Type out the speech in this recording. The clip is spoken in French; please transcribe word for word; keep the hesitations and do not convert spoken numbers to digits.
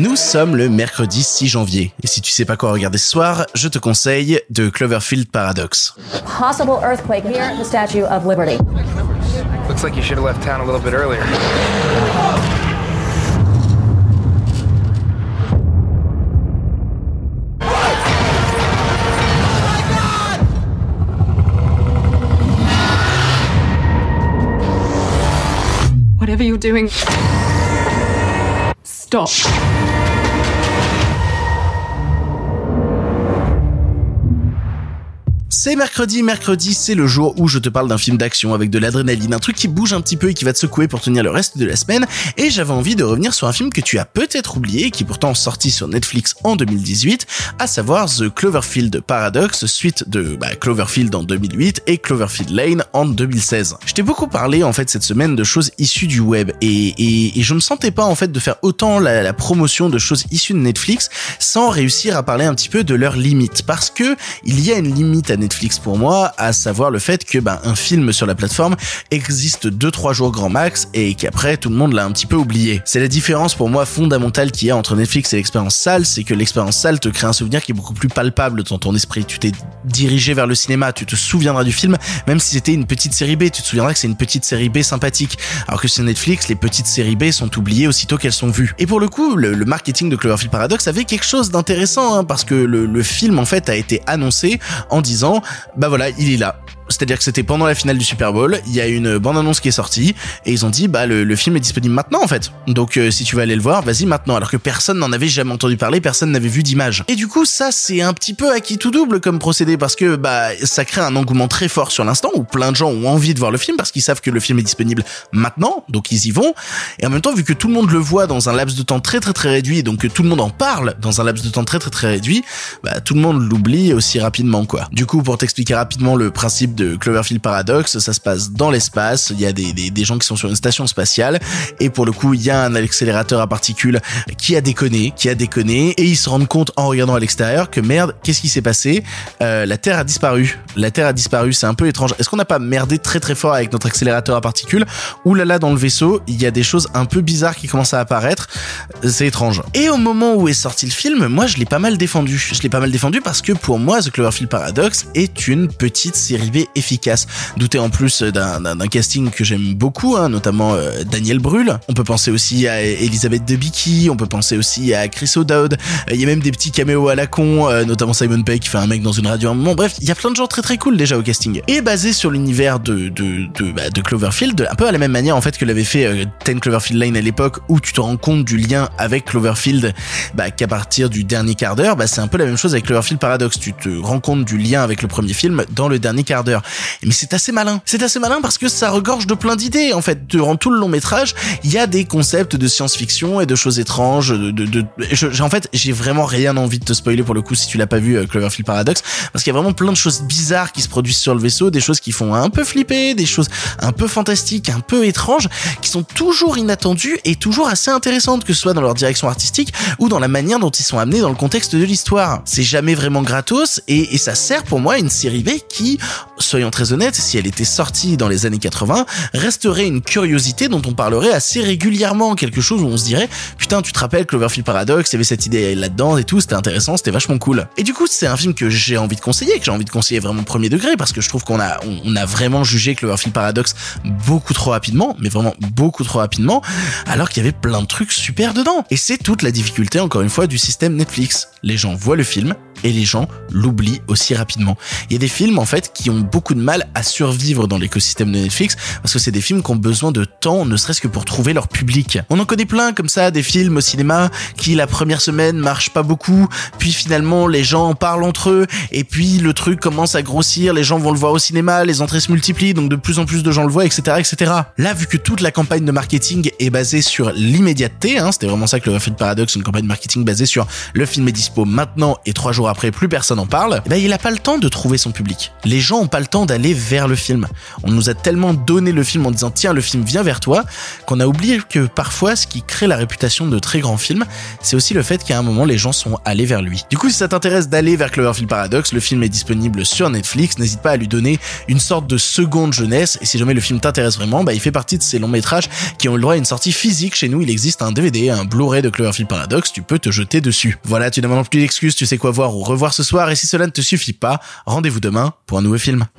Nous sommes le mercredi six janvier, et si tu sais pas quoi regarder ce soir, je te conseille The Cloverfield Paradox. Possible earthquake near the Statue of Liberty. Looks like you should have left town a little bit earlier. Whatever you're doing, stop. C'est mercredi, mercredi c'est le jour où je te parle d'un film d'action avec de l'adrénaline, un truc qui bouge un petit peu et qui va te secouer pour tenir le reste de la semaine, et j'avais envie de revenir sur un film que tu as peut-être oublié et qui est pourtant sorti sur Netflix en deux mille dix-huit, à savoir The Cloverfield Paradox, suite de bah, Cloverfield en deux mille huit et Cloverfield Lane en deux mille seize. Je t'ai beaucoup parlé en fait cette semaine de choses issues du web et, et, et je me sentais pas en fait de faire autant la, la promotion de choses issues de Netflix sans réussir à parler un petit peu de leurs limites, parce que il y a une limite à Netflix pour moi, à savoir le fait que ben un film sur la plateforme existe deux trois jours grand max et qu'après tout le monde l'a un petit peu oublié. C'est la différence pour moi fondamentale qu'il y a entre Netflix et l'expérience salle, c'est que l'expérience salle te crée un souvenir qui est beaucoup plus palpable dans ton esprit. Tu t'es dirigé vers le cinéma, tu te souviendras du film, même si c'était une petite série B, tu te souviendras que c'est une petite série B sympathique. Alors que sur Netflix, les petites séries B sont oubliées aussitôt qu'elles sont vues. Et pour le coup, le, le marketing de Cloverfield Paradox avait quelque chose d'intéressant, hein, parce que le, le film en fait a été annoncé en disant bah voilà, il est là. C'est-à-dire que c'était pendant la finale du Super Bowl, il y a une bande-annonce qui est sortie, et ils ont dit, bah, le, le film est disponible maintenant, en fait. Donc, euh, si tu veux aller le voir, vas-y maintenant. Alors que personne n'en avait jamais entendu parler, personne n'avait vu d'image. Et du coup, ça, c'est un petit peu acquis tout double comme procédé, parce que, bah, ça crée un engouement très fort sur l'instant, où plein de gens ont envie de voir le film, parce qu'ils savent que le film est disponible maintenant, donc ils y vont. Et en même temps, vu que tout le monde le voit dans un laps de temps très très très réduit, et donc que tout le monde en parle dans un laps de temps très très très réduit, bah, tout le monde l'oublie aussi rapidement, quoi. Du coup, pour t'expliquer rapidement le principe de Cloverfield Paradox, ça se passe dans l'espace, il y a des, des, des gens qui sont sur une station spatiale, et pour le coup, il y a un accélérateur à particules qui a déconné, qui a déconné, et ils se rendent compte en regardant à l'extérieur que merde, qu'est-ce qui s'est passé? euh, La Terre a disparu. La Terre a disparu, c'est un peu étrange. Est-ce qu'on n'a pas merdé très très fort avec notre accélérateur à particules? Ouh là là, dans le vaisseau, il y a des choses un peu bizarres qui commencent à apparaître, c'est étrange. Et au moment où est sorti le film, moi je l'ai pas mal défendu. Je l'ai pas mal défendu parce que pour moi, The Cloverfield Paradox est une petite série B efficace. Douter en plus d'un, d'un, d'un casting que j'aime beaucoup, hein, notamment euh, Daniel Brühl. On peut penser aussi à Elisabeth Debicki, on peut penser aussi à Chris O'Dowd. Il euh, y a même des petits caméos à la con, euh, notamment Simon Pegg qui fait un mec dans une radio à un moment. Bref, il y a plein de gens très très cool déjà au casting. Et basé sur l'univers de de de, bah, de Cloverfield, un peu à la même manière en fait que l'avait fait euh, dix Cloverfield Lane à l'époque, où tu te rends compte du lien avec Cloverfield, bah, qu'à partir du dernier quart d'heure. Bah, c'est un peu la même chose avec Cloverfield Paradox. Tu te rends compte du lien avec le premier film dans le dernier quart d'heure. Mais c'est assez malin. C'est assez malin parce que ça regorge de plein d'idées, en fait. Durant tout le long métrage, il y a des concepts de science-fiction et de choses étranges, de, de, de, je, en fait, j'ai vraiment rien envie de te spoiler pour le coup si tu l'as pas vu, euh, Cloverfield Paradox, parce qu'il y a vraiment plein de choses bizarres qui se produisent sur le vaisseau, des choses qui font un peu flipper, des choses un peu fantastiques, un peu étranges, qui sont toujours inattendues et toujours assez intéressantes, que ce soit dans leur direction artistique ou dans la manière dont ils sont amenés dans le contexte de l'histoire. C'est jamais vraiment gratos et, et ça sert pour moi à une série B qui, soyons très honnêtes, si elle était sortie dans les années quatre-vingts, resterait une curiosité dont on parlerait assez régulièrement, quelque chose où on se dirait putain, tu te rappelles Cloverfield Paradox, il y avait cette idée là-dedans et tout, c'était intéressant, c'était vachement cool. Et du coup, c'est un film que j'ai envie de conseiller, que j'ai envie de conseiller vraiment premier degré, parce que je trouve qu'on a on, on a vraiment jugé Cloverfield Paradox beaucoup trop rapidement, mais vraiment beaucoup trop rapidement, alors qu'il y avait plein de trucs super dedans. Et c'est toute la difficulté, encore une fois, du système Netflix. Les gens voient le film et les gens l'oublient aussi rapidement. Il y a des films en fait qui ont beaucoup de mal à survivre dans l'écosystème de Netflix parce que c'est des films qui ont besoin de temps, ne serait-ce que pour trouver leur public. On en connaît plein comme ça, des films au cinéma qui la première semaine marchent pas beaucoup, puis finalement les gens en parlent entre eux et puis le truc commence à grossir, les gens vont le voir au cinéma, les entrées se multiplient, donc de plus en plus de gens le voient, et cetera, et cetera. Là, vu que toute la campagne de marketing est basée sur l'immédiateté, hein, c'était vraiment ça que le Cloverfield Paradox, une campagne de marketing basée sur le film est dispo maintenant et trois jours après plus personne en parle, et ben il a pas le temps de trouver son public. Les gens ont pas le temps d'aller vers le film. On nous a tellement donné le film en disant tiens, le film vient vers toi, qu'on a oublié que parfois ce qui crée la réputation de très grands films, c'est aussi le fait qu'à un moment les gens sont allés vers lui. Du coup, si ça t'intéresse d'aller vers Cloverfield Paradox, le film est disponible sur Netflix, n'hésite pas à lui donner une sorte de seconde jeunesse, et si jamais le film t'intéresse vraiment, bah il fait partie de ces longs métrages qui ont le droit à une sortie physique. Chez nous, il existe un D V D, un Blu-ray de Cloverfield Paradox, tu peux te jeter dessus. Voilà, tu n'as maintenant plus d'excuses, tu sais quoi voir ou revoir ce soir, et si cela ne te suffit pas, rendez-vous demain pour un nouveau film.